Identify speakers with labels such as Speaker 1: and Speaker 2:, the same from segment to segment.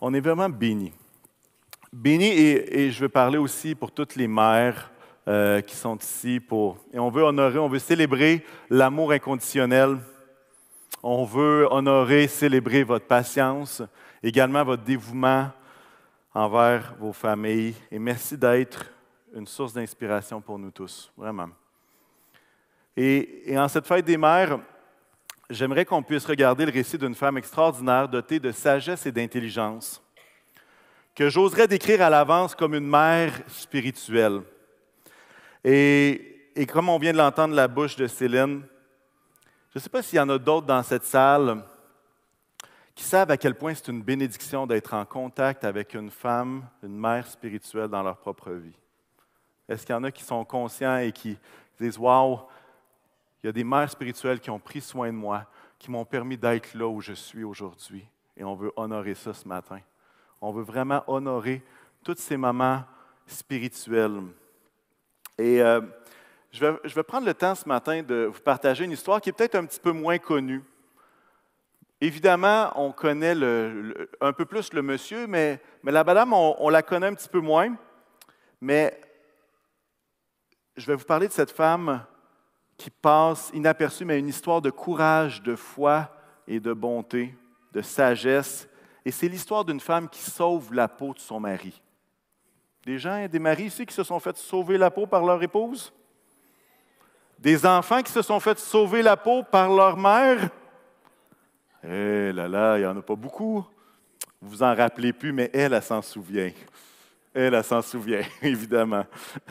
Speaker 1: On est vraiment bénis. Bénis, et je veux parler aussi pour toutes les mères qui sont ici. Et on veut honorer, on veut célébrer l'amour inconditionnel. On veut honorer, célébrer votre patience, également votre dévouement envers vos familles. Et merci d'être une source d'inspiration pour nous tous, vraiment. Et en cette fête des mères, j'aimerais qu'on puisse regarder le récit d'une femme extraordinaire, dotée de sagesse et d'intelligence, que j'oserais décrire à l'avance comme une mère spirituelle. Et comme on vient de l'entendre de la bouche de Céline, je ne sais pas s'il y en a d'autres dans cette salle qui savent à quel point c'est une bénédiction d'être en contact avec une femme, une mère spirituelle dans leur propre vie. Est-ce qu'il y en a qui sont conscients et qui disent « Wow, il y a des mères spirituelles qui ont pris soin de moi, qui m'ont permis d'être là où je suis aujourd'hui. » Et on veut honorer ça ce matin. On veut vraiment honorer toutes ces mamans spirituelles. Et je vais prendre le temps ce matin de vous partager une histoire qui est peut-être un petit peu moins connue. Évidemment, on connaît un peu plus le monsieur, mais la madame, on la connaît un petit peu moins. Mais je vais vous parler de cette femme qui passe inaperçue, mais une histoire de courage, de foi et de bonté, de sagesse. Et c'est l'histoire d'une femme qui sauve la peau de son mari. Des maris ici qui se sont fait sauver la peau par leur épouse? Des enfants qui se sont fait sauver la peau par leur mère? Eh là là, il n'y en a pas beaucoup. Vous vous en rappelez plus, mais elle s'en souvient. Elle s'en souvient, évidemment.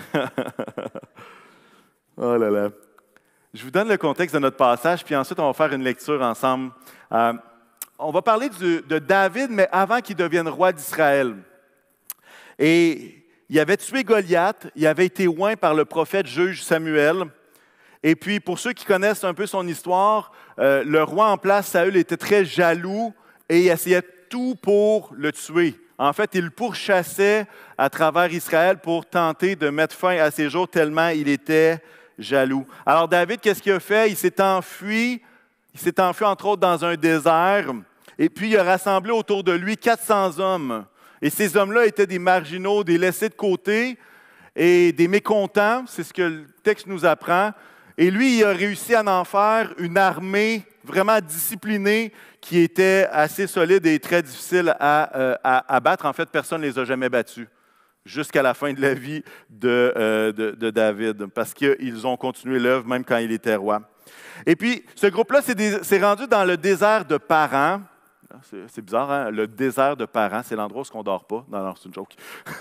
Speaker 1: Oh là là. Je vous donne le contexte de notre passage, puis ensuite on va faire une lecture ensemble. On va parler de David, mais avant qu'il devienne roi d'Israël. Et il avait tué Goliath, il avait été oint par le prophète juge Samuel. Et puis, pour ceux qui connaissent un peu son histoire, le roi en place, Saül, était très jaloux et il essayait tout pour le tuer. En fait, il le pourchassait à travers Israël pour tenter de mettre fin à ses jours tellement il était jaloux. Alors David, qu'est-ce qu'il a fait? Il s'est enfui entre autres dans un désert, et puis il a rassemblé autour de lui 400 hommes. Et ces hommes-là étaient des marginaux, des laissés de côté et des mécontents, c'est ce que le texte nous apprend. Et lui, il a réussi à en faire une armée vraiment disciplinée qui était assez solide et très difficile à battre. En fait, personne ne les a jamais battus jusqu'à la fin de la vie de David, parce qu'ils ont continué l'œuvre même quand il était roi. Et puis, ce groupe-là s'est rendu dans le désert de Paran. C'est bizarre, hein? Le désert de Paran, c'est l'endroit où on ne dort pas. Non, c'est une joke.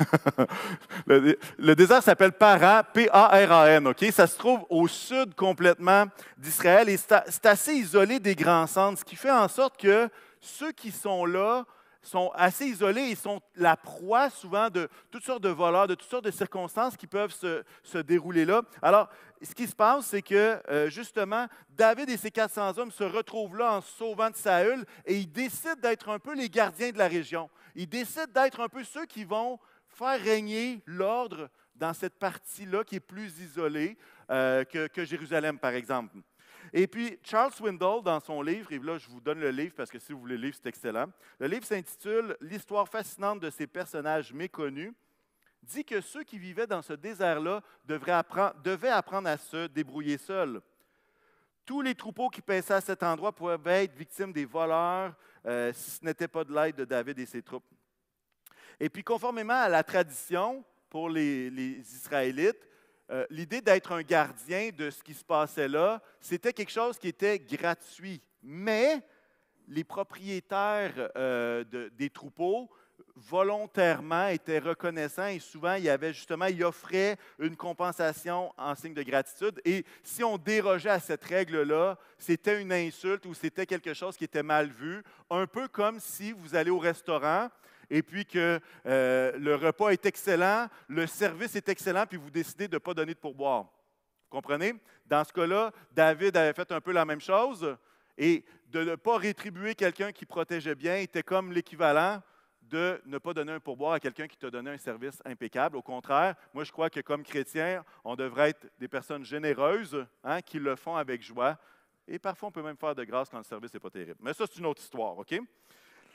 Speaker 1: Le désert s'appelle Paran, P-A-R-A-N, OK? Ça se trouve au sud complètement d'Israël et c'est assez isolé des grands centres, ce qui fait en sorte que ceux qui sont là sont assez isolés et sont la proie souvent de toutes sortes de voleurs, de toutes sortes de circonstances qui peuvent se dérouler là. Alors, ce qui se passe, c'est que, justement, David et ses 400 hommes se retrouvent là en se sauvant de Saül et ils décident d'être un peu les gardiens de la région. Ils décident d'être un peu ceux qui vont faire régner l'ordre dans cette partie-là qui est plus isolée que Jérusalem, par exemple. Et puis, Charles Swindoll, dans son livre, et là, je vous donne le livre parce que si vous voulez le livre, c'est excellent. Le livre s'intitule « L'histoire fascinante de ces personnages méconnus », dit que ceux qui vivaient dans ce désert-là devaient apprendre à se débrouiller seuls. Tous les troupeaux qui paissaient à cet endroit pouvaient être victimes des voleurs si ce n'était pas de l'aide de David et ses troupes. Et puis, conformément à la tradition pour les Israélites, l'idée d'être un gardien de ce qui se passait là, c'était quelque chose qui était gratuit. Mais les propriétaires des troupeaux, volontairement, étaient reconnaissants et souvent, ils offraient une compensation en signe de gratitude. Et si on dérogeait à cette règle-là, c'était une insulte ou c'était quelque chose qui était mal vu. Un peu comme si vous allez au restaurant et puis que le repas est excellent, le service est excellent, puis vous décidez de ne pas donner de pourboire. Vous comprenez? Dans ce cas-là, David avait fait un peu la même chose, et de ne pas rétribuer quelqu'un qui protégeait bien était comme l'équivalent de ne pas donner un pourboire à quelqu'un qui t'a donné un service impeccable. Au contraire, moi je crois que comme chrétiens, on devrait être des personnes généreuses qui le font avec joie, et parfois on peut même faire de grâce quand le service n'est pas terrible. Mais ça, c'est une autre histoire, OK?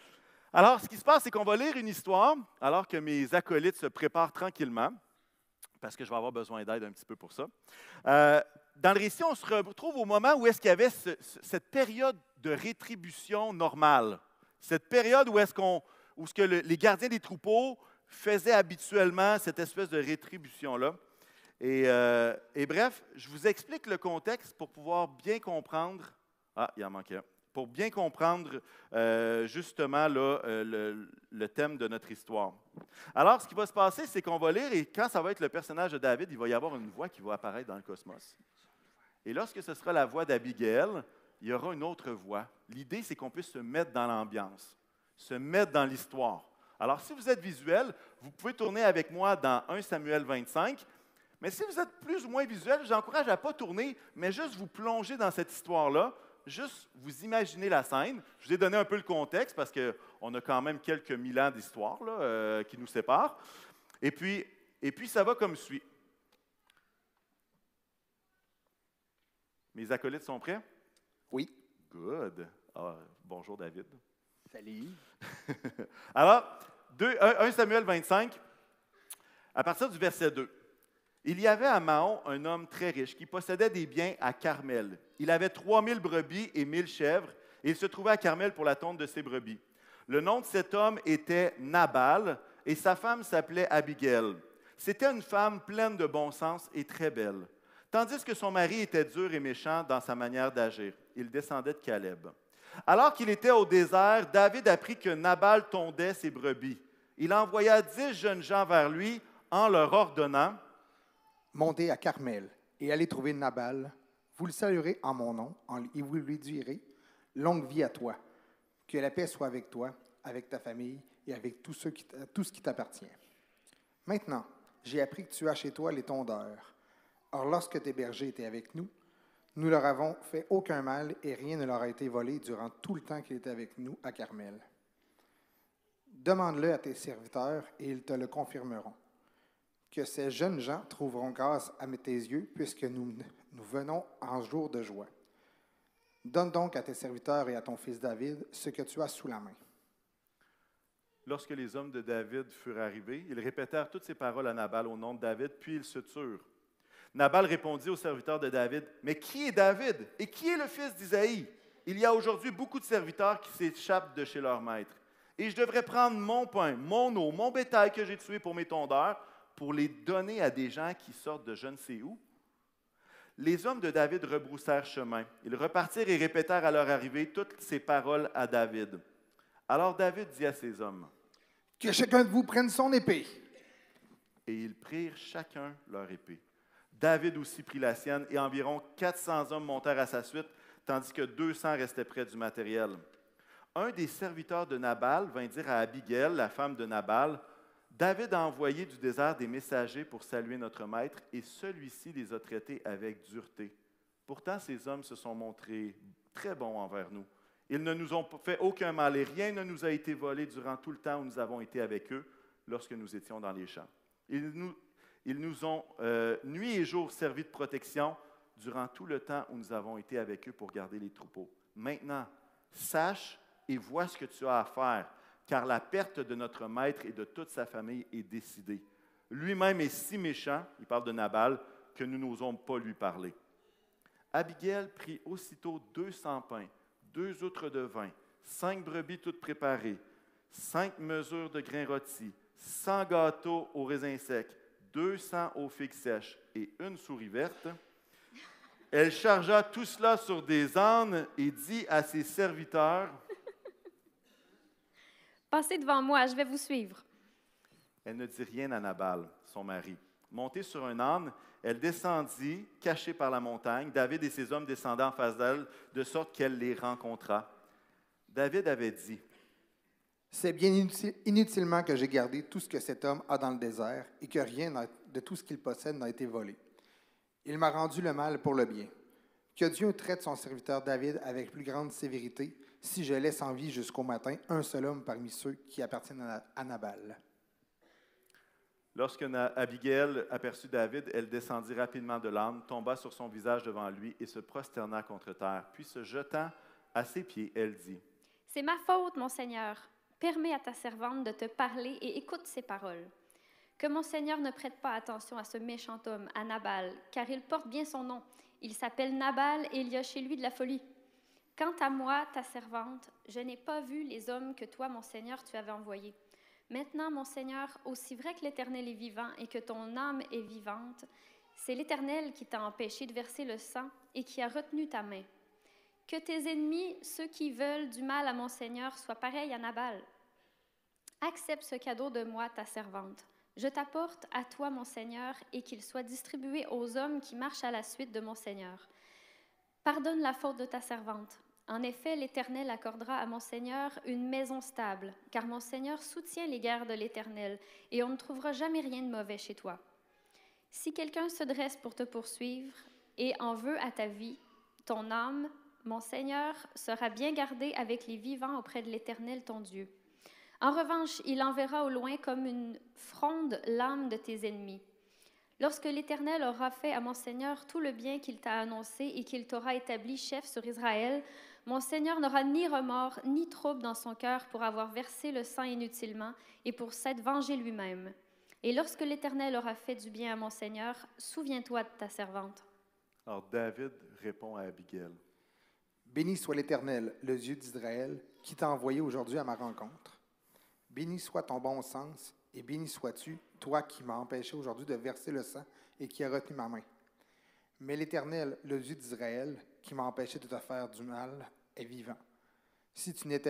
Speaker 1: Alors, ce qui se passe, c'est qu'on va lire une histoire alors que mes acolytes se préparent tranquillement, parce que je vais avoir besoin d'aide un petit peu pour ça. Dans le récit, on se retrouve au moment où est-ce qu'il y avait cette période de rétribution normale, cette période où est-ce que les gardiens des troupeaux faisaient habituellement cette espèce de rétribution-là. Et bref, je vous explique le contexte pour pouvoir bien comprendre. Ah, il en manquait un. Pour bien comprendre justement là, le thème de notre histoire. Alors, ce qui va se passer, c'est qu'on va lire, et quand ça va être le personnage de David, il va y avoir une voix qui va apparaître dans le cosmos. Et lorsque ce sera la voix d'Abigail, il y aura une autre voix. L'idée, c'est qu'on puisse se mettre dans l'ambiance, se mettre dans l'histoire. Alors, si vous êtes visuel, vous pouvez tourner avec moi dans 1 Samuel 25. Mais si vous êtes plus ou moins visuel, je vous encourage à ne pas tourner, mais juste vous plonger dans cette histoire-là. Juste vous imaginez la scène. Je vous ai donné un peu le contexte parce qu'on a quand même quelques mille ans d'histoire qui nous séparent. Et puis, ça va comme suit. Mes acolytes sont prêts?
Speaker 2: Oui.
Speaker 1: Good. Ah, bonjour David.
Speaker 2: Salut.
Speaker 1: Alors, 1 Samuel 25, à partir du verset 2. Il y avait à Mahon un homme très riche qui possédait des biens à Carmel. Il avait 3000 brebis et 1000 chèvres, et il se trouvait à Carmel pour la tonte de ses brebis. Le nom de cet homme était Nabal, et sa femme s'appelait Abigail. C'était une femme pleine de bon sens et très belle, tandis que son mari était dur et méchant dans sa manière d'agir. Il descendait de Caleb. Alors qu'il était au désert, David apprit que Nabal tondait ses brebis. Il envoya 10 jeunes gens vers lui en leur ordonnant:
Speaker 2: Montez à Carmel et allez trouver Nabal. Vous le saluerez en mon nom et vous lui direz: longue vie à toi. Que la paix soit avec toi, avec ta famille et avec tout ce qui t'appartient. Maintenant, j'ai appris que tu as chez toi les tondeurs. Or, lorsque tes bergers étaient avec nous, nous leur avons fait aucun mal et rien ne leur a été volé durant tout le temps qu'il était avec nous à Carmel. Demande-le à tes serviteurs et ils te le confirmeront. Que ces jeunes gens trouveront grâce à tes yeux, puisque nous venons en jour de joie. Donne donc à tes serviteurs et à ton fils David ce que tu as sous la main.
Speaker 1: Lorsque les hommes de David furent arrivés, ils répétèrent toutes ces paroles à Nabal au nom de David, puis ils se turent. Nabal répondit aux serviteurs de David: Mais qui est David et qui est le fils d'Isaïe? Il y a aujourd'hui beaucoup de serviteurs qui s'échappent de chez leur maître. Et je devrais prendre mon pain, mon eau, mon bétail que j'ai tué pour mes tondeurs, pour les donner à des gens qui sortent de je ne sais où. Les hommes de David rebroussèrent chemin. Ils repartirent et répétèrent à leur arrivée toutes ces paroles à David. Alors David dit à ses hommes:
Speaker 2: Que chacun de vous prenne son épée.
Speaker 1: Et ils prirent chacun leur épée. David aussi prit la sienne, et environ 400 hommes montèrent à sa suite, tandis que 200 restaient près du matériel. Un des serviteurs de Nabal vint dire à Abigail, la femme de Nabal: David a envoyé du désert des messagers pour saluer notre maître, et celui-ci les a traités avec dureté. Pourtant, ces hommes se sont montrés très bons envers nous. Ils ne nous ont fait aucun mal, et rien ne nous a été volé durant tout le temps où nous avons été avec eux, lorsque nous étions dans les champs. Ils nous ont nuit et jour servi de protection durant tout le temps où nous avons été avec eux pour garder les troupeaux. Maintenant, sache et vois ce que tu as à faire, car la perte de notre maître et de toute sa famille est décidée. Lui-même est si méchant, il parle de Nabal, que nous n'osons pas lui parler. Abigail prit aussitôt 200 pains, 2 outres de vin, 5 brebis toutes préparées, 5 mesures de grains rôtis, 100 gâteaux aux raisins secs, 200 aux figues sèches et une souris verte. Elle chargea tout cela sur des ânes et dit à ses serviteurs:
Speaker 3: Passez devant moi, je vais vous suivre.
Speaker 1: Elle ne dit rien à Nabal, son mari. Montée sur un âne, elle descendit, cachée par la montagne. David et ses hommes descendaient en face d'elle, de sorte qu'elle les rencontra. David avait dit:
Speaker 2: C'est bien inutilement que j'ai gardé tout ce que cet homme a dans le désert et que rien de tout ce qu'il possède n'a été volé. Il m'a rendu le mal pour le bien. Que Dieu traite son serviteur David avec plus grande sévérité si je laisse en vie jusqu'au matin un seul homme parmi ceux qui appartiennent à Nabal.
Speaker 1: Lorsque Abigail aperçut David, elle descendit rapidement de l'âne, tomba sur son visage devant lui et se prosterna contre terre. Puis se jetant à ses pieds, elle dit:
Speaker 3: C'est ma faute, mon Seigneur. Permets à ta servante de te parler et écoute ses paroles. Que mon Seigneur ne prête pas attention à ce méchant homme, à Nabal, car il porte bien son nom. Il s'appelle Nabal et il y a chez lui de la folie. Quant à moi, ta servante, je n'ai pas vu les hommes que toi, mon Seigneur, tu avais envoyés. Maintenant, mon Seigneur, aussi vrai que l'Éternel est vivant et que ton âme est vivante, c'est l'Éternel qui t'a empêché de verser le sang et qui a retenu ta main. Que tes ennemis, ceux qui veulent du mal à mon Seigneur, soient pareils à Nabal. Accepte ce cadeau de moi, ta servante. Je t'apporte à toi, mon Seigneur, et qu'il soit distribué aux hommes qui marchent à la suite de mon Seigneur. Pardonne la faute de ta servante. En effet, l'Éternel accordera à mon Seigneur une maison stable, car mon Seigneur soutient les guerres de l'Éternel, et on ne trouvera jamais rien de mauvais chez toi. Si quelqu'un se dresse pour te poursuivre et en veut à ta vie, ton âme, mon Seigneur, sera bien gardée avec les vivants auprès de l'Éternel, ton Dieu. En revanche, il enverra au loin comme une fronde l'âme de tes ennemis. Lorsque l'Éternel aura fait à mon Seigneur tout le bien qu'il t'a annoncé et qu'il t'aura établi chef sur Israël, mon Seigneur n'aura ni remords ni trouble dans son cœur pour avoir versé le sang inutilement et pour s'être vengé lui-même. Et lorsque l'Éternel aura fait du bien à mon Seigneur, souviens-toi de ta servante.
Speaker 1: Alors David répond à Abigail.
Speaker 2: Béni soit l'Éternel, le Dieu d'Israël, qui t'a envoyé aujourd'hui à ma rencontre. Béni soit ton bon sens, et béni sois-tu, toi qui m'as empêché aujourd'hui de verser le sang et qui as retenu ma main. Mais l'Éternel, le Dieu d'Israël, qui m'a empêché de te faire du mal, est vivant. Si tu ne t'étais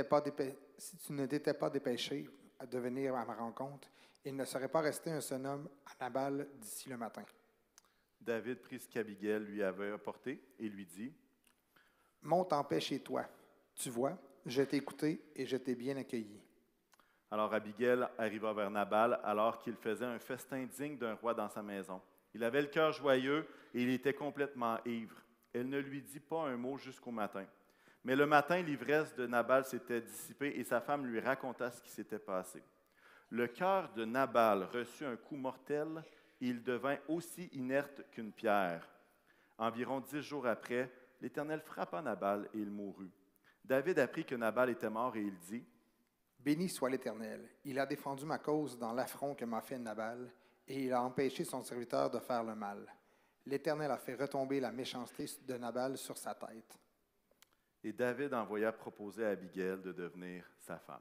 Speaker 2: pas dépêché de venir à ma rencontre, il ne serait pas resté un seul homme à Nabal d'ici le matin.
Speaker 1: David prit ce qu'Abigail lui avait apporté et lui dit,
Speaker 2: « Monte en paix chez toi. Tu vois, je t'ai écouté et je t'ai bien accueilli. »
Speaker 1: Alors Abigail arriva vers Nabal alors qu'il faisait un festin digne d'un roi dans sa maison. Il avait le cœur joyeux et il était complètement ivre. Elle ne lui dit pas un mot jusqu'au matin. Mais le matin, l'ivresse de Nabal s'était dissipée et sa femme lui raconta ce qui s'était passé. Le cœur de Nabal reçut un coup mortel et il devint aussi inerte qu'une pierre. Environ 10 jours après, l'Éternel frappa Nabal et il mourut. David apprit que Nabal était mort et il dit,
Speaker 2: « Béni soit l'Éternel. Il a défendu ma cause dans l'affront que m'a fait Nabal, et il a empêché son serviteur de faire le mal. L'Éternel a fait retomber la méchanceté de Nabal sur sa tête. »
Speaker 1: Et David envoya proposer à Abigail de devenir sa femme.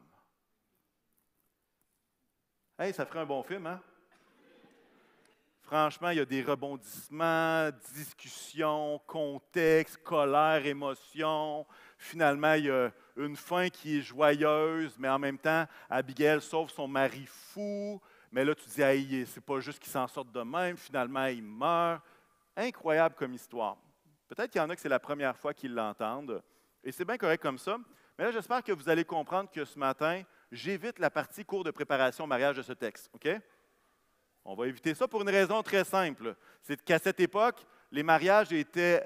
Speaker 1: Hey, ça ferait un bon film, hein? Franchement, il y a des rebondissements, discussions, contexte, colère, émotion. Finalement, il y a une fin qui est joyeuse, mais en même temps, Abigail sauve son mari fou. Mais là, tu dis, hey, c'est pas juste qu'il s'en sorte de même. Finalement, il meurt. Incroyable comme histoire. Peut-être qu'il y en a que c'est la première fois qu'ils l'entendent. Et c'est bien correct comme ça. Mais là, j'espère que vous allez comprendre que ce matin, j'évite la partie cours de préparation au mariage de ce texte. OK? On va éviter ça pour une raison très simple. C'est qu'à cette époque, les mariages étaient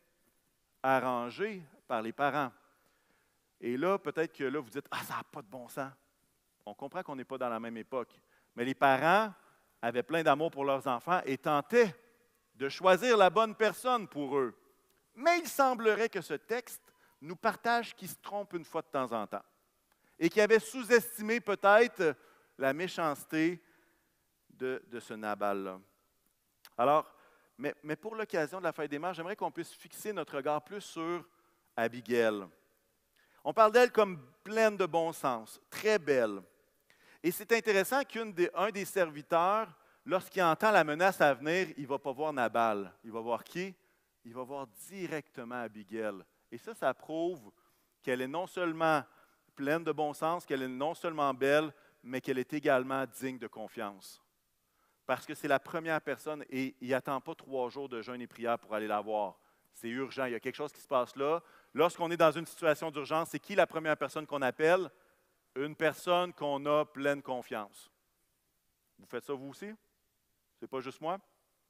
Speaker 1: arrangés par les parents. Et là, peut-être que là, vous dites, « Ah, ça n'a pas de bon sens. » On comprend qu'on n'est pas dans la même époque. Mais les parents avaient plein d'amour pour leurs enfants et tentaient de choisir la bonne personne pour eux. Mais il semblerait que ce texte nous partage qui se trompe une fois de temps en temps et qui avait sous-estimé peut-être la méchanceté de ce Nabal-là. Alors, mais pour l'occasion de la fête des mères, j'aimerais qu'on puisse fixer notre regard plus sur Abigail. On parle d'elle comme pleine de bon sens, très belle. Et c'est intéressant qu'un des serviteurs, lorsqu'il entend la menace à venir, il ne va pas voir Nabal. Il va voir qui? Il va voir directement Abigail. Et ça prouve qu'elle est non seulement pleine de bon sens, qu'elle est non seulement belle, mais qu'elle est également digne de confiance. Parce que c'est la première personne et il n'attend pas 3 jours de jeûne et prière pour aller la voir. C'est urgent, il y a quelque chose qui se passe là. Lorsqu'on est dans une situation d'urgence, c'est qui la première personne qu'on appelle? Une personne qu'on a pleine confiance. Vous faites ça vous aussi? C'est pas juste moi?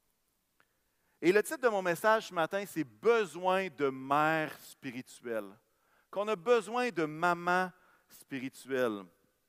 Speaker 1: Et le titre de mon message ce matin, c'est « Besoin de mère spirituelle ». Qu'on a besoin de maman spirituelle.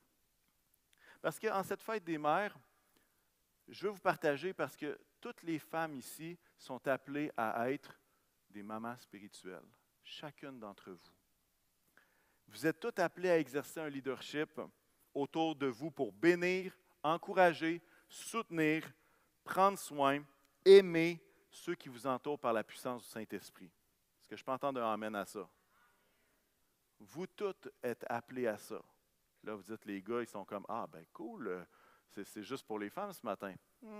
Speaker 1: Parce qu'en cette fête des mères, je veux vous partager parce que toutes les femmes ici sont appelées à être des mamans spirituelles, chacune d'entre vous. Vous êtes toutes appelées à exercer un leadership autour de vous pour bénir, encourager, soutenir, prendre soin, aimer ceux qui vous entourent par la puissance du Saint-Esprit. Est-ce que je peux entendre un amen à ça? Vous toutes êtes appelés à ça. Là, vous dites, les gars, ils sont comme, ah ben cool, c'est juste pour les femmes ce matin.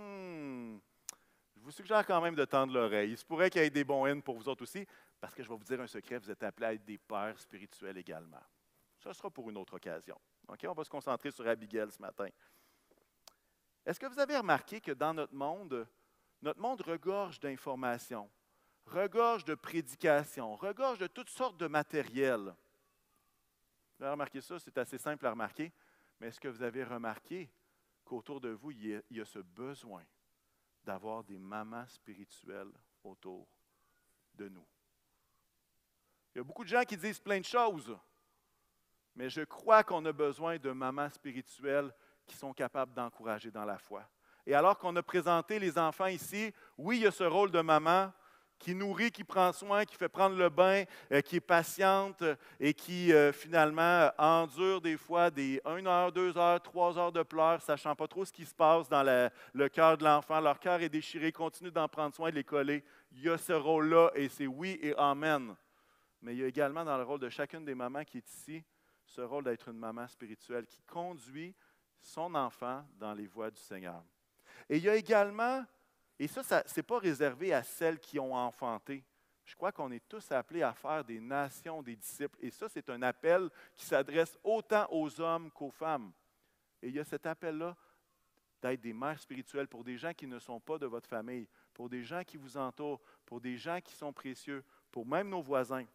Speaker 1: Je vous suggère quand même de tendre l'oreille. Il se pourrait qu'il y ait des bons haines pour vous autres aussi, parce que je vais vous dire un secret, vous êtes appelés à être des pères spirituels également. Ça sera pour une autre occasion. OK? On va se concentrer sur Abigail ce matin. Est-ce que vous avez remarqué que dans notre monde regorge d'informations, regorge de prédications, regorge de toutes sortes de matériel. Vous avez remarqué ça, c'est assez simple à remarquer, mais est-ce que vous avez remarqué qu'autour de vous, il y a ce besoin d'avoir des mamans spirituelles autour de nous? Il y a beaucoup de gens qui disent plein de choses, mais je crois qu'on a besoin de mamans spirituelles qui sont capables d'encourager dans la foi. Et alors qu'on a présenté les enfants ici, oui, il y a ce rôle de maman qui nourrit, qui prend soin, qui fait prendre le bain, qui est patiente et qui finalement endure des fois des 1 heure, 2 heures, 3 heures de pleurs, sachant pas trop ce qui se passe dans le cœur de l'enfant. Leur cœur est déchiré, continue d'en prendre soin, de les coller. Il y a ce rôle-là et c'est oui et amen. Mais il y a également dans le rôle de chacune des mamans qui est ici, ce rôle d'être une maman spirituelle qui conduit son enfant dans les voies du Seigneur. Et il y a également, et ça ce n'est pas réservé à celles qui ont enfanté. Je crois qu'on est tous appelés à faire des nations des disciples. Et ça, c'est un appel qui s'adresse autant aux hommes qu'aux femmes. Et il y a cet appel-là d'être des mères spirituelles pour des gens qui ne sont pas de votre famille, pour des gens qui vous entourent, pour des gens qui sont précieux, pour même nos voisins.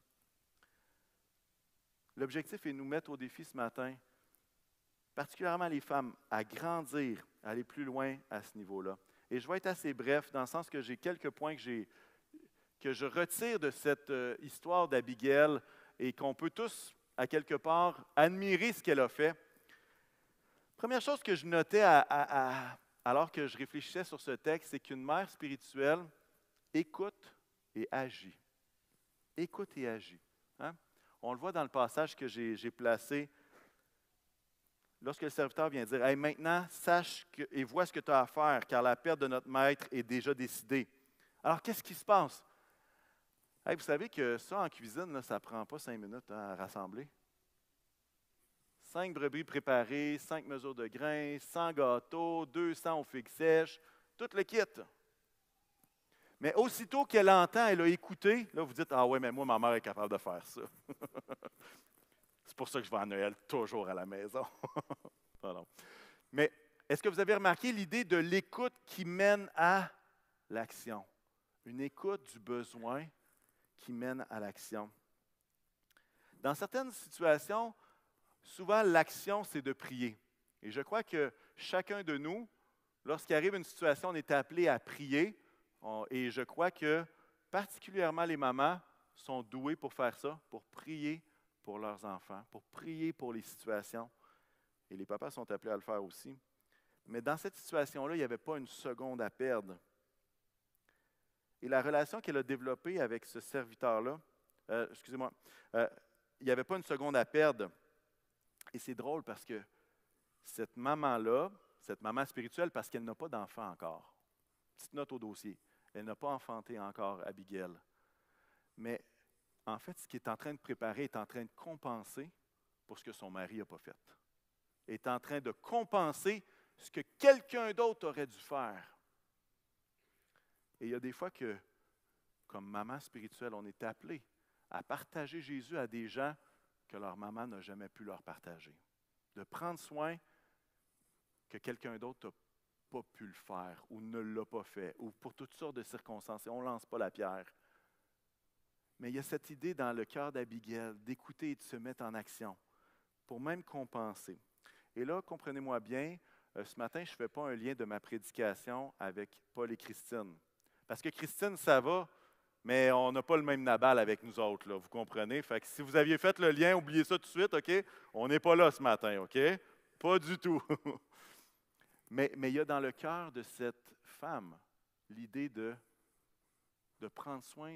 Speaker 1: L'objectif est de nous mettre au défi ce matin, particulièrement les femmes, à grandir, à aller plus loin à ce niveau-là. Et je vais être assez bref, dans le sens que j'ai quelques points que je retire de cette histoire d'Abigail et qu'on peut tous, à quelque part, admirer ce qu'elle a fait. Première chose que je notais alors que je réfléchissais sur ce texte, c'est qu'une mère spirituelle écoute et agit. Écoute et agit. Hein? On le voit dans le passage que j'ai placé. Lorsque le serviteur vient dire « Hey, maintenant, sache et vois ce que tu as à faire, car la perte de notre maître est déjà décidée. » Alors, qu'est-ce qui se passe? Hey, vous savez que ça, en cuisine, là, ça ne prend pas 5 minutes à rassembler. 5 brebis préparées, 5 mesures de grains, 100 gâteaux, 200 aux figues sèches, tout le kit. Mais aussitôt qu'elle entend, elle a écouté, là, vous dites « Ah ouais, mais moi, ma mère est capable de faire ça. » C'est pour ça que je vais à Noël toujours à la maison. Pardon. Mais est-ce que vous avez remarqué l'idée de l'écoute qui mène à l'action? Une écoute du besoin qui mène à l'action. Dans certaines situations, souvent l'action, c'est de prier. Et je crois que chacun de nous, lorsqu'il arrive une situation, on est appelé à prier. Et je crois que particulièrement les mamans sont douées pour faire ça, pour prier pour leurs enfants, pour prier pour les situations. Et les papas sont appelés à le faire aussi. Mais dans cette situation-là, il n'y avait pas une seconde à perdre. Et la relation qu'elle a développée avec ce serviteur-là, il n'y avait pas une seconde à perdre. Et c'est drôle parce que cette maman-là, cette maman spirituelle, parce qu'elle n'a pas d'enfant encore. Petite note au dossier. Elle n'a pas enfanté encore Abigail. Mais en fait, ce qu'il est en train de préparer est en train de compenser pour ce que son mari n'a pas fait. Elle est en train de compenser ce que quelqu'un d'autre aurait dû faire. Et il y a des fois que, comme maman spirituelle, on est appelé à partager Jésus à des gens que leur maman n'a jamais pu leur partager. De prendre soin que quelqu'un d'autre n'a pas pu le faire ou ne l'a pas fait, ou pour toutes sortes de circonstances. Et on ne lance pas la pierre. Mais il y a cette idée dans le cœur d'Abigail d'écouter et de se mettre en action pour même compenser. Et là, comprenez-moi bien, ce matin, je ne fais pas un lien de ma prédication avec Paul et Christine. Parce que Christine, ça va, mais on n'a pas le même Nabal avec nous autres, là, vous comprenez? Fait que si vous aviez fait le lien, oubliez ça tout de suite, OK? On n'est pas là ce matin, OK? Pas du tout. mais il y a dans le cœur de cette femme l'idée de prendre soin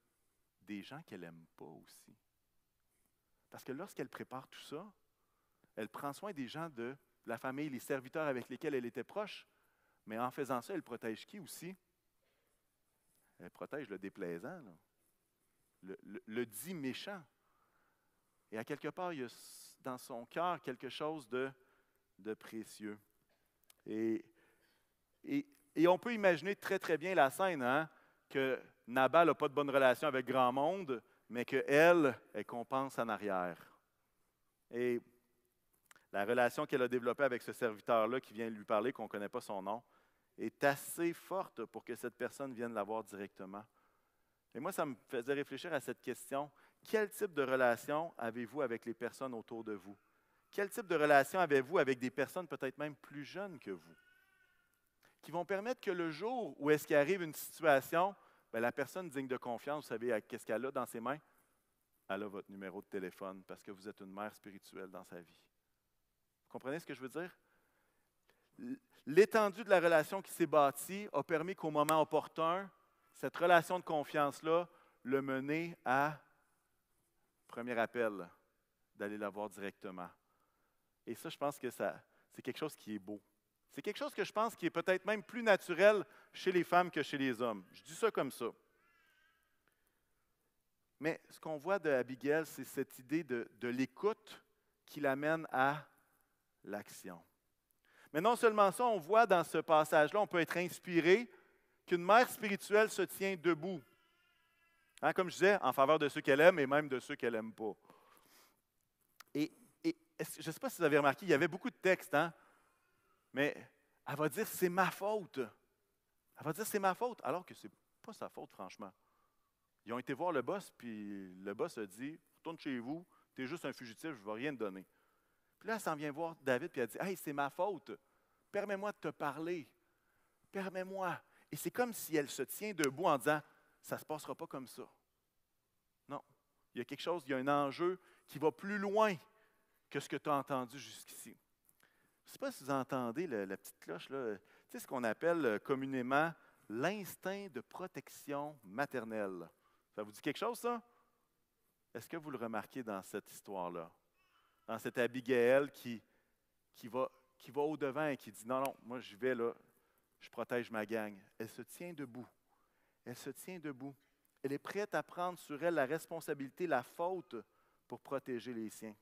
Speaker 1: des gens qu'elle n'aime pas aussi. Parce que lorsqu'elle prépare tout ça, Elle prend soin des gens de la famille, les serviteurs avec lesquels elle était proche. Mais en faisant ça, elle protège qui aussi? Elle protège le déplaisant, là. Le dit méchant. Et à quelque part, il y a dans son cœur quelque chose de précieux. Et on peut imaginer très, très bien la scène, hein, que Nabal n'a pas de bonne relation avec grand monde, mais qu'elle, elle compense en arrière. Et la relation qu'elle a développée avec ce serviteur-là qui vient lui parler, qu'on ne connaît pas son nom, est assez forte pour que cette personne vienne la voir directement. Et moi, ça me faisait réfléchir à cette question. Quel type de relation avez-vous avec les personnes autour de vous? Quel type de relation avez-vous avec des personnes peut-être même plus jeunes que vous? Qui vont permettre que le jour où est-ce qu'il arrive une situation, bien, la personne digne de confiance, vous savez qu'est-ce qu'elle a dans ses mains? Elle a votre numéro de téléphone parce que vous êtes une mère spirituelle dans sa vie. Vous comprenez ce que je veux dire? L'étendue de la relation qui s'est bâtie a permis qu'au moment opportun, cette relation de confiance-là le menait à premier appel, d'aller la voir directement. Et ça, je pense que c'est quelque chose qui est beau. C'est quelque chose que je pense qui est peut-être même plus naturel chez les femmes que chez les hommes. Je dis ça comme ça. Mais ce qu'on voit d'Abigail, c'est cette idée de l'écoute qui l'amène à l'action. Mais non seulement ça, on voit dans ce passage-là, on peut être inspiré qu'une mère spirituelle se tient debout. Hein, comme je disais, en faveur de ceux qu'elle aime et même de ceux qu'elle n'aime pas. Et je ne sais pas si vous avez remarqué, il y avait beaucoup de textes, hein? Mais elle va dire « c'est ma faute ». Elle va dire « c'est ma faute », alors que ce n'est pas sa faute, franchement. Ils ont été voir le boss, puis le boss a dit « retourne chez vous, tu es juste un fugitif, je ne vais rien te donner ». Puis là, elle s'en vient voir David, puis elle dit « hey, c'est ma faute, permets-moi de te parler, permets-moi ». Et c'est comme si elle se tient debout en disant « ça ne se passera pas comme ça ». Non, il y a quelque chose, il y a un enjeu qui va plus loin que ce que tu as entendu jusqu'ici. Je ne sais pas si vous entendez la petite cloche, là. Tu sais ce qu'on appelle communément l'instinct de protection maternelle. Ça vous dit quelque chose, ça? Est-ce que vous le remarquez dans cette histoire-là? Dans cette Abigail qui va au-devant et qui dit « non, non, moi je vais là, je protège ma gang ». Elle se tient debout. Elle se tient debout. Elle est prête à prendre sur elle la responsabilité, la faute pour protéger les siens.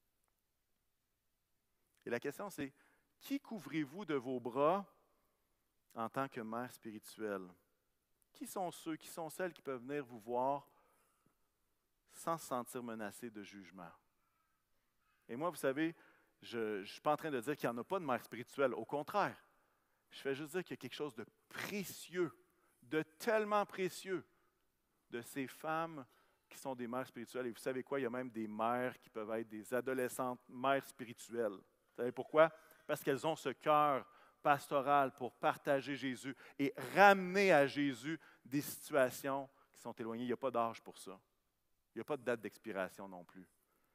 Speaker 1: Et la question, c'est, qui couvrez-vous de vos bras en tant que mère spirituelle? Qui sont ceux, qui sont celles qui peuvent venir vous voir sans se sentir menacés de jugement? Et moi, vous savez, je ne suis pas en train de dire qu'il n'y en a pas de mère spirituelle. Au contraire, je fais juste dire qu'il y a quelque chose de précieux, de tellement précieux, de ces femmes qui sont des mères spirituelles. Et vous savez quoi? Il y a même des mères qui peuvent être des adolescentes mères spirituelles. Vous savez pourquoi? Parce qu'elles ont ce cœur pastoral pour partager Jésus et ramener à Jésus des situations qui sont éloignées. Il n'y a pas d'âge pour ça. Il n'y a pas de date d'expiration non plus.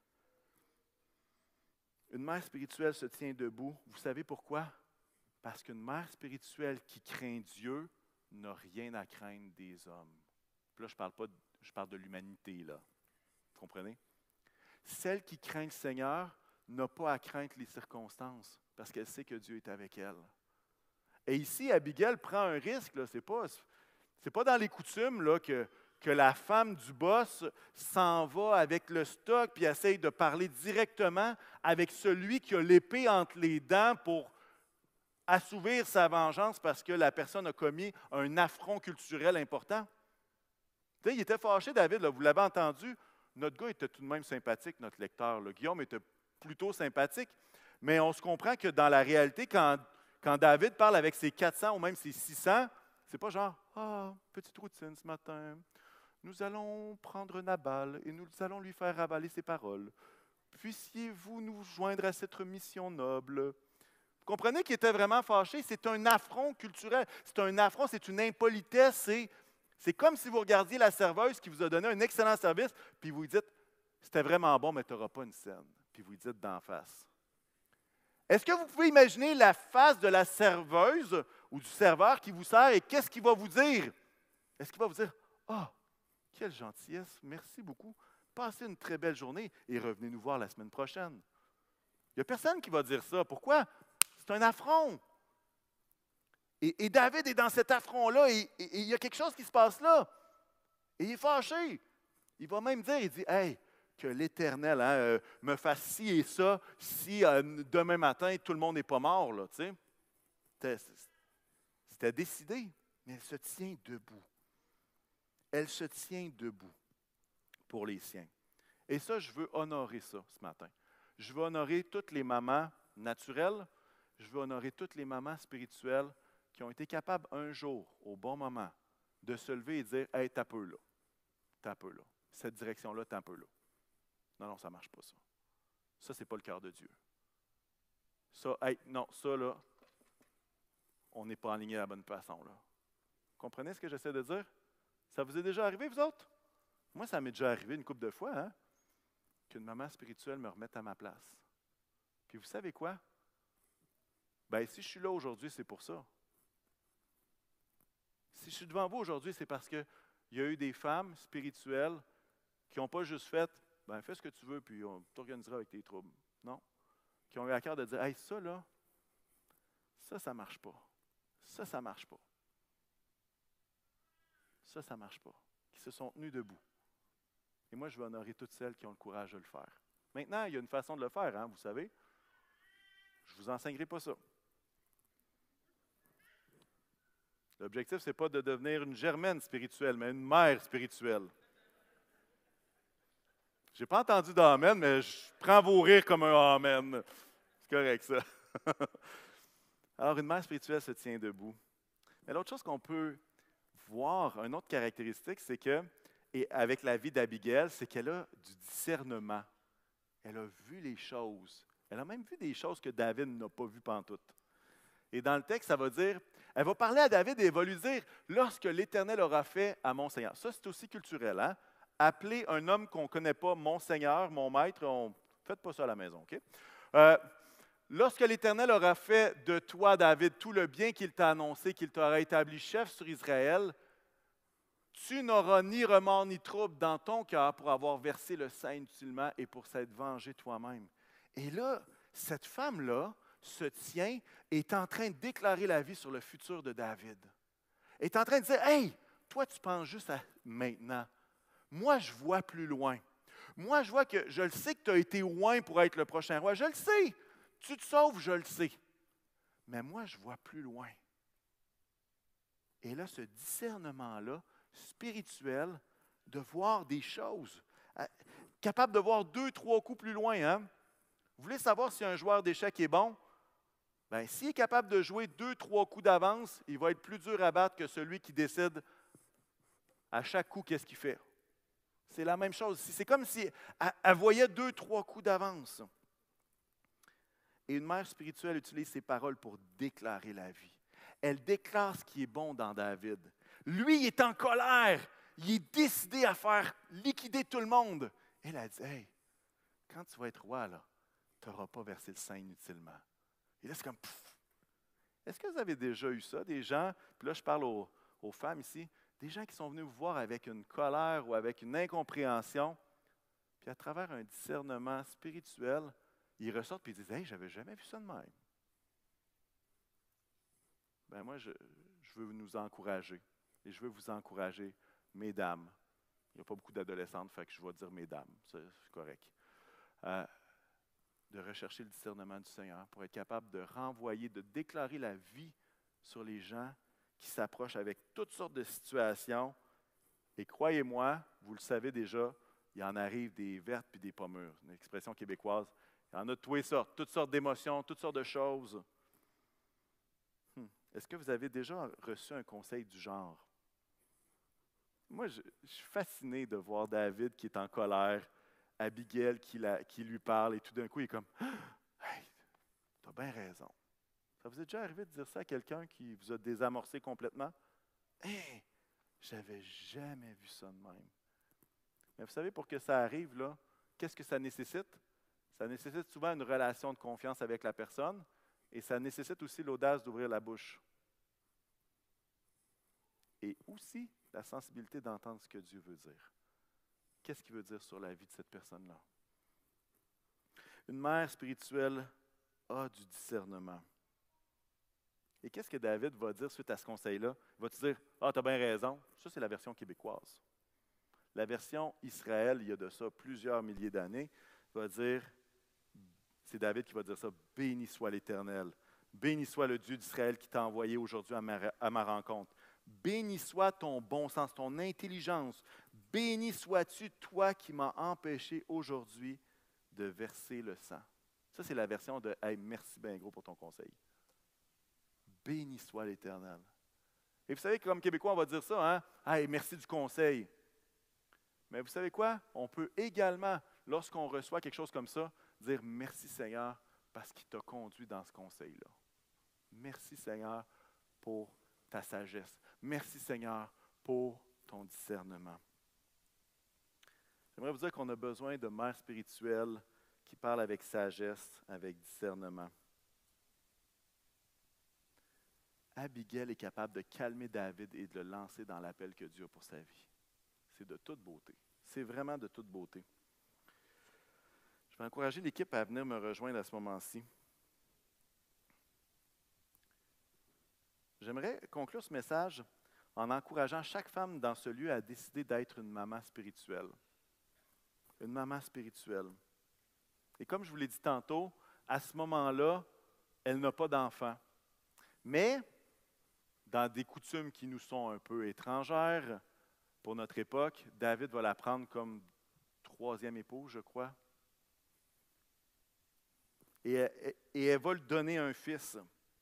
Speaker 1: Une mère spirituelle se tient debout. Vous savez pourquoi? Parce qu'une mère spirituelle qui craint Dieu n'a rien à craindre des hommes. Puis là, je parle de l'humanité, là. Vous comprenez? Celle qui craint le Seigneur n'a pas à craindre les circonstances parce qu'elle sait que Dieu est avec elle. Et ici, Abigail prend un risque. Ce n'est pas dans les coutumes là, que la femme du boss s'en va avec le stock puis essaye de parler directement avec celui qui a l'épée entre les dents pour assouvir sa vengeance parce que la personne a commis un affront culturel important. Tu sais, il était fâché, David, là, vous l'avez entendu. Notre gars était tout de même sympathique, notre lecteur. Là. Guillaume était plutôt sympathique. Mais on se comprend que dans la réalité, quand David parle avec ses 400 ou même ses 600, c'est pas genre « Ah, petite routine ce matin. Nous allons prendre Nabal et nous allons lui faire avaler ses paroles. Puissiez-vous nous joindre à cette mission noble? » Vous comprenez qu'il était vraiment fâché? C'est un affront culturel. C'est un affront, c'est une impolitesse. C'est comme si vous regardiez la serveuse qui vous a donné un excellent service, puis vous lui dites « C'était vraiment bon, mais tu n'auras pas une scène. » Puis vous lui dites d'en face. Est-ce que vous pouvez imaginer la face de la serveuse ou du serveur qui vous sert et qu'est-ce qu'il va vous dire? Est-ce qu'il va vous dire « Ah, quelle gentillesse, merci beaucoup. Passez une très belle journée et revenez nous voir la semaine prochaine. » Il n'y a personne qui va dire ça. Pourquoi? C'est un affront. Et David est dans cet affront-là et il y a quelque chose qui se passe là. Et il est fâché. Il va même dire, il dit, « Hey, que l'Éternel me fasse ci et ça, si demain matin, tout le monde n'est pas mort. » Là, tu sais. C'était décidé, mais elle se tient debout. Elle se tient debout pour les siens. Et ça, je veux honorer ça ce matin. Je veux honorer toutes les mamans naturelles. Je veux honorer toutes les mamans spirituelles qui ont été capables un jour, au bon moment, de se lever et dire « Hey, t'as peu là. T'as peu là. Cette direction-là, t'as un peu là. » Non, ça ne marche pas ça. Ça, ce n'est pas le cœur de Dieu. Ça, non, ça là, on n'est pas aligné à la bonne façon. Là. Comprenez ce que j'essaie de dire? Ça vous est déjà arrivé, vous autres? Moi, ça m'est déjà arrivé une couple de fois, hein, qu'une maman spirituelle me remette à ma place. Puis vous savez quoi? Bien, si je suis là aujourd'hui, c'est pour ça. Si je suis devant vous aujourd'hui, c'est parce qu'il y a eu des femmes spirituelles qui n'ont pas juste fait « ben fais ce que tu veux, puis on t'organisera avec tes troubles. » Non. Qui ont eu à cœur de dire « Hey, ça là, ça ne marche pas. Ça ne marche pas. Ça ne marche pas. » Qui se sont tenues debout. Et moi, je veux honorer toutes celles qui ont le courage de le faire. Maintenant, il y a une façon de le faire, hein, vous savez. Je ne vous enseignerai pas ça. L'objectif, ce n'est pas de devenir une Germaine spirituelle, mais une mère spirituelle. Je n'ai pas entendu d'amen, mais je prends vos rires comme un amen. C'est correct, ça. Alors, une mère spirituelle se tient debout. Mais l'autre chose qu'on peut voir, une autre caractéristique, c'est que, et avec la vie d'Abigail, c'est qu'elle a du discernement. Elle a vu les choses. Elle a même vu des choses que David n'a pas vues pantoute. Et dans le texte, ça va dire, elle va parler à David et elle va lui dire, « Lorsque l'Éternel aura fait à mon Seigneur. » Ça, c'est aussi culturel, hein? Appeler un homme qu'on ne connaît pas, mon Seigneur, mon Maître, faites pas ça à la maison, OK? Lorsque l'Éternel aura fait de toi, David, tout le bien qu'il t'a annoncé, qu'il t'aura établi chef sur Israël, tu n'auras ni remords ni trouble dans ton cœur pour avoir versé le sang inutilement et pour s'être vengé toi-même. Et là, cette femme-là se tient et est en train de déclarer la vie sur le futur de David. Elle est en train de dire, « Hey, toi, tu penses juste à maintenant. Moi, je vois plus loin. Moi, je vois que je le sais que tu as été loin pour être le prochain roi. Je le sais. Tu te sauves, je le sais. Mais moi, je vois plus loin. » Et là, ce discernement-là, spirituel, de voir des choses, capable de voir 2-3 coups plus loin. Hein? Vous voulez savoir si un joueur d'échecs est bon? Bien, s'il est capable de jouer 2-3 coups d'avance, il va être plus dur à battre que celui qui décide à chaque coup qu'est-ce qu'il fait. C'est la même chose. C'est comme si elle voyait 2-3 coups d'avance. Et une mère spirituelle utilise ses paroles pour déclarer la vie. Elle déclare ce qui est bon dans David. Lui, il est en colère. Il est décidé à faire liquider tout le monde. Elle a dit, « Hey, quand tu vas être roi, là, tu n'auras pas versé le sang inutilement. » Et là, c'est comme, pff. Est-ce que vous avez déjà eu ça, des gens, puis là, je parle aux femmes ici, des gens qui sont venus vous voir avec une colère ou avec une incompréhension, puis à travers un discernement spirituel, ils ressortent et ils disent, « Hey, je n'avais jamais vu ça de même. » Ben moi, je veux nous encourager. Et je veux vous encourager, mesdames. Il n'y a pas beaucoup d'adolescentes, fait que je vais dire mesdames, c'est correct. De rechercher le discernement du Seigneur pour être capable de renvoyer, de déclarer la vie sur les gens qui s'approchent avec toutes sortes de situations. Et croyez-moi, vous le savez déjà, il en arrive des vertes puis des pas mûres. Une expression québécoise. Il y en a de toutes sortes d'émotions, toutes sortes de choses. Est-ce que vous avez déjà reçu un conseil du genre? Moi, je suis fasciné de voir David qui est en colère, Abigail qui lui parle, et tout d'un coup, il est comme « Hey, tu as bien raison. » Ça vous est déjà arrivé de dire ça à quelqu'un qui vous a désamorcé complètement? « Hey, j'avais jamais vu ça de même. » Mais vous savez, pour que ça arrive, là, qu'est-ce que ça nécessite? Ça nécessite souvent une relation de confiance avec la personne et ça nécessite aussi l'audace d'ouvrir la bouche. Et aussi la sensibilité d'entendre ce que Dieu veut dire. Qu'est-ce qu'il veut dire sur la vie de cette personne-là? Une mère spirituelle a du discernement. Et qu'est-ce que David va dire suite à ce conseil-là? Il va te dire, « Ah, tu as bien raison. » Ça, c'est la version québécoise. La version Israël, il y a de ça plusieurs milliers d'années, va dire, c'est David qui va dire ça, « Béni soit l'Éternel. Béni soit le Dieu d'Israël qui t'a envoyé aujourd'hui à ma rencontre. Béni soit ton bon sens, ton intelligence. Béni sois-tu, toi qui m'as empêché aujourd'hui de verser le sang. » Ça, c'est la version de « Hey, merci bien gros pour ton conseil. » Béni soit l'Éternel. Et vous savez, comme Québécois, on va dire ça, hein? « Hey, merci du conseil. » Mais vous savez quoi? On peut également, lorsqu'on reçoit quelque chose comme ça, dire « Merci Seigneur parce qu'il t'a conduit dans ce conseil-là. » Merci Seigneur pour ta sagesse. Merci Seigneur pour ton discernement. J'aimerais vous dire qu'on a besoin de mères spirituelles qui parlent avec sagesse, avec discernement. Abigail est capable de calmer David et de le lancer dans l'appel que Dieu a pour sa vie. C'est de toute beauté. C'est vraiment de toute beauté. Je vais encourager l'équipe à venir me rejoindre à ce moment-ci. J'aimerais conclure ce message en encourageant chaque femme dans ce lieu à décider d'être une maman spirituelle. Une maman spirituelle. Et comme je vous l'ai dit tantôt, à ce moment-là, elle n'a pas d'enfant. Mais, dans des coutumes qui nous sont un peu étrangères pour notre époque, David va la prendre comme troisième épouse, je crois. Et elle va lui donner un fils.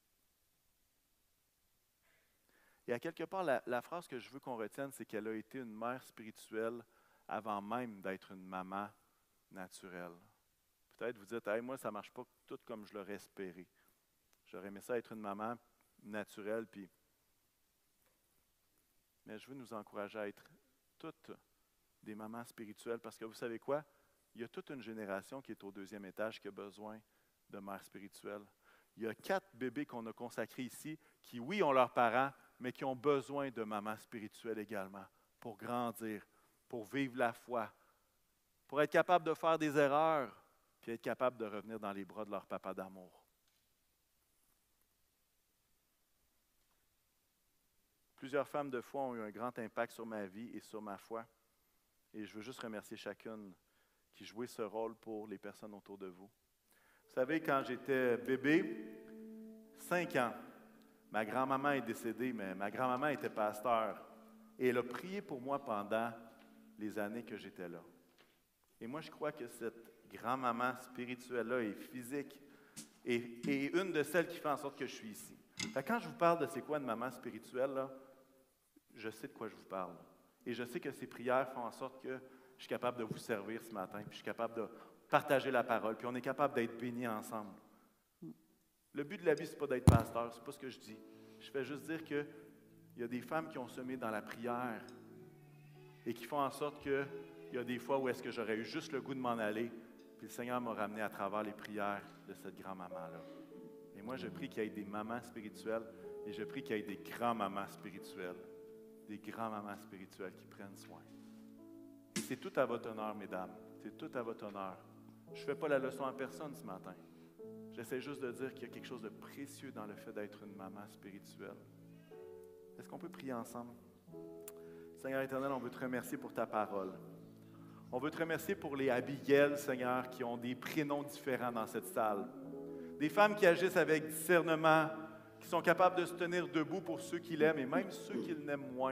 Speaker 1: Et à quelque part, la phrase que je veux qu'on retienne, c'est qu'elle a été une mère spirituelle avant même d'être une maman naturelle. Peut-être vous dites, hey, moi, ça ne marche pas tout comme je l'aurais espéré. J'aurais aimé ça être une maman naturelle, puis... Mais je veux nous encourager à être toutes des mamans spirituelles, parce que vous savez quoi? Il y a toute une génération qui est au deuxième étage qui a besoin de mères spirituelles. Il y a 4 bébés qu'on a consacrés ici qui, oui, ont leurs parents, mais qui ont besoin de mamans spirituelles également pour grandir, pour vivre la foi, pour être capable de faire des erreurs, puis être capable de revenir dans les bras de leur papa d'amour. Plusieurs femmes de foi ont eu un grand impact sur ma vie et sur ma foi. Et je veux juste remercier chacune qui jouait ce rôle pour les personnes autour de vous. Vous savez, quand j'étais bébé, 5 ans, ma grand-maman est décédée, mais ma grand-maman était pasteur. Et elle a prié pour moi pendant les années que j'étais là. Et moi, je crois que cette grand-maman spirituelle-là est physique et une de celles qui fait en sorte que je suis ici. Fait que quand je vous parle de c'est quoi une maman spirituelle, là, je sais de quoi je vous parle. Et je sais que ces prières font en sorte que je suis capable de vous servir ce matin, puis je suis capable de partager la parole, puis on est capable d'être bénis ensemble. Le but de la vie, ce n'est pas d'être pasteur, ce n'est pas ce que je dis. Je fais juste dire qu'il y a des femmes qui ont semé dans la prière et qui font en sorte qu'il y a des fois où est-ce que j'aurais eu juste le goût de m'en aller, puis le Seigneur m'a ramené à travers les prières de cette grand-maman-là. Et moi, je prie qu'il y ait des mamans spirituelles et je prie qu'il y ait des grands-mamans spirituelles. Des grands-mamans spirituelles qui prennent soin. Et c'est tout à votre honneur, mesdames. C'est tout à votre honneur. Je ne fais pas la leçon à personne ce matin. J'essaie juste de dire qu'il y a quelque chose de précieux dans le fait d'être une maman spirituelle. Est-ce qu'on peut prier ensemble? Seigneur éternel, on veut te remercier pour ta parole. On veut te remercier pour les Abigail, Seigneur, qui ont des prénoms différents dans cette salle. Des femmes qui agissent avec discernement, qui sont capables de se tenir debout pour ceux qui l'aiment et même ceux qu'ils aiment moins,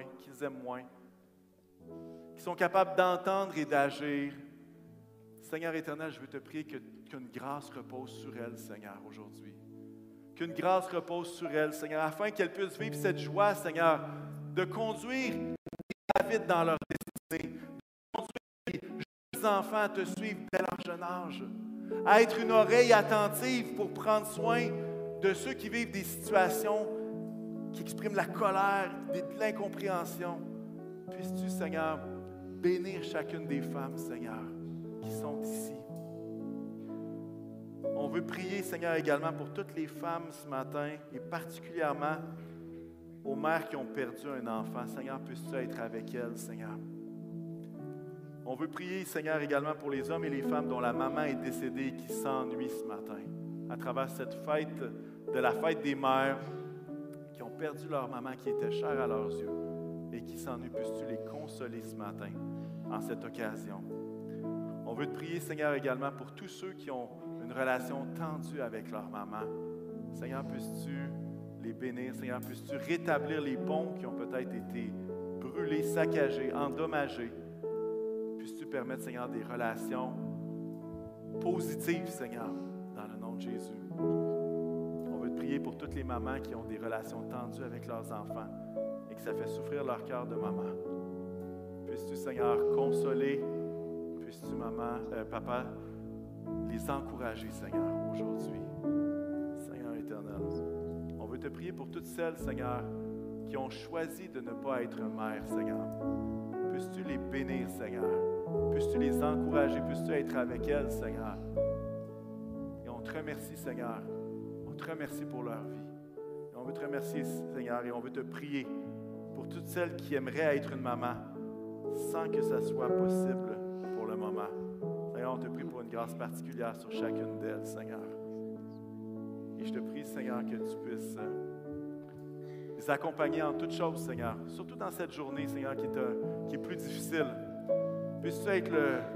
Speaker 1: qui sont capables d'entendre et d'agir. Seigneur éternel, je veux te prier qu'une grâce repose sur elles, Seigneur, aujourd'hui. Qu'une grâce repose sur elles, Seigneur, afin qu'elles puissent vivre cette joie, Seigneur, de conduire David dans leur destinée, de conduire les jeunes enfants à te suivre dès leur jeune âge, à être une oreille attentive pour prendre soin de ceux qui vivent des situations qui expriment la colère, de l'incompréhension. Puisses-tu, Seigneur, bénir chacune des femmes, Seigneur, qui sont ici. On veut prier, Seigneur, également pour toutes les femmes ce matin et particulièrement aux mères qui ont perdu un enfant. Seigneur, puisses-tu être avec elles, Seigneur. On veut prier, Seigneur, également pour les hommes et les femmes dont la maman est décédée et qui s'ennuient ce matin. À travers cette fête, de la fête des mères, qui ont perdu leur maman qui était chère à leurs yeux et qui s'ennuient. Puisses-tu les consoler ce matin, en cette occasion? On veut te prier, Seigneur, également pour tous ceux qui ont une relation tendue avec leur maman. Seigneur, puisses-tu les bénir? Seigneur, puisses-tu rétablir les ponts qui ont peut-être été brûlés, saccagés, endommagés? Puisses-tu permettre, Seigneur, des relations positives, Seigneur, dans le nom de Jésus. On veut te prier pour toutes les mamans qui ont des relations tendues avec leurs enfants et que ça fait souffrir leur cœur de maman. Puisses-tu, Seigneur, consoler, puisses-tu, papa, les encourager, Seigneur, aujourd'hui. Seigneur éternel, on veut te prier pour toutes celles, Seigneur, qui ont choisi de ne pas être mères, Seigneur. Puisses-tu les bénir, Seigneur. Puisses-tu les encourager, puisses-tu être avec elles, Seigneur. Et on te remercie, Seigneur. On te remercie pour leur vie. Et on veut te remercier, Seigneur, et on veut te prier pour toutes celles qui aimeraient être une maman sans que ça soit possible pour le moment. Seigneur, on te prie pour une grâce particulière sur chacune d'elles, Seigneur. Et je te prie, Seigneur, que tu puisses les accompagner en toutes choses, Seigneur. Surtout dans cette journée, Seigneur, qui est plus difficile. Puisses-tu être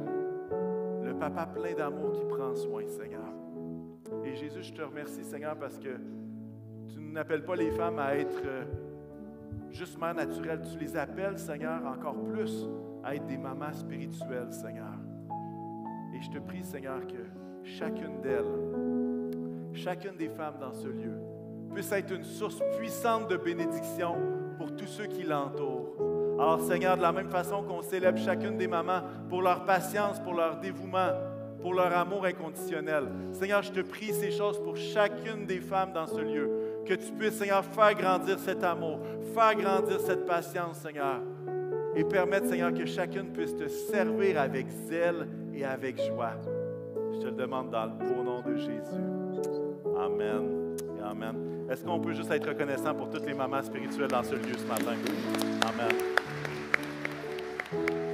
Speaker 1: le papa plein d'amour qui prend soin, Seigneur. Et Jésus, je te remercie, Seigneur, parce que tu n'appelles pas les femmes à être juste mères naturelles. Tu les appelles, Seigneur, encore plus à être des mamans spirituelles, Seigneur. Et je te prie, Seigneur, que chacune d'elles, chacune des femmes dans ce lieu, puisse être une source puissante de bénédiction pour tous ceux qui l'entourent. Alors, Seigneur, de la même façon qu'on célèbre chacune des mamans pour leur patience, pour leur dévouement, pour leur amour inconditionnel. Seigneur, je te prie ces choses pour chacune des femmes dans ce lieu. Que tu puisses, Seigneur, faire grandir cet amour, faire grandir cette patience, Seigneur. Et permettre, Seigneur, que chacune puisse te servir avec zèle et avec joie. Je te le demande dans le beau nom de Jésus. Amen et amen. Est-ce qu'on peut juste être reconnaissant pour toutes les mamans spirituelles dans ce lieu ce matin? Amen.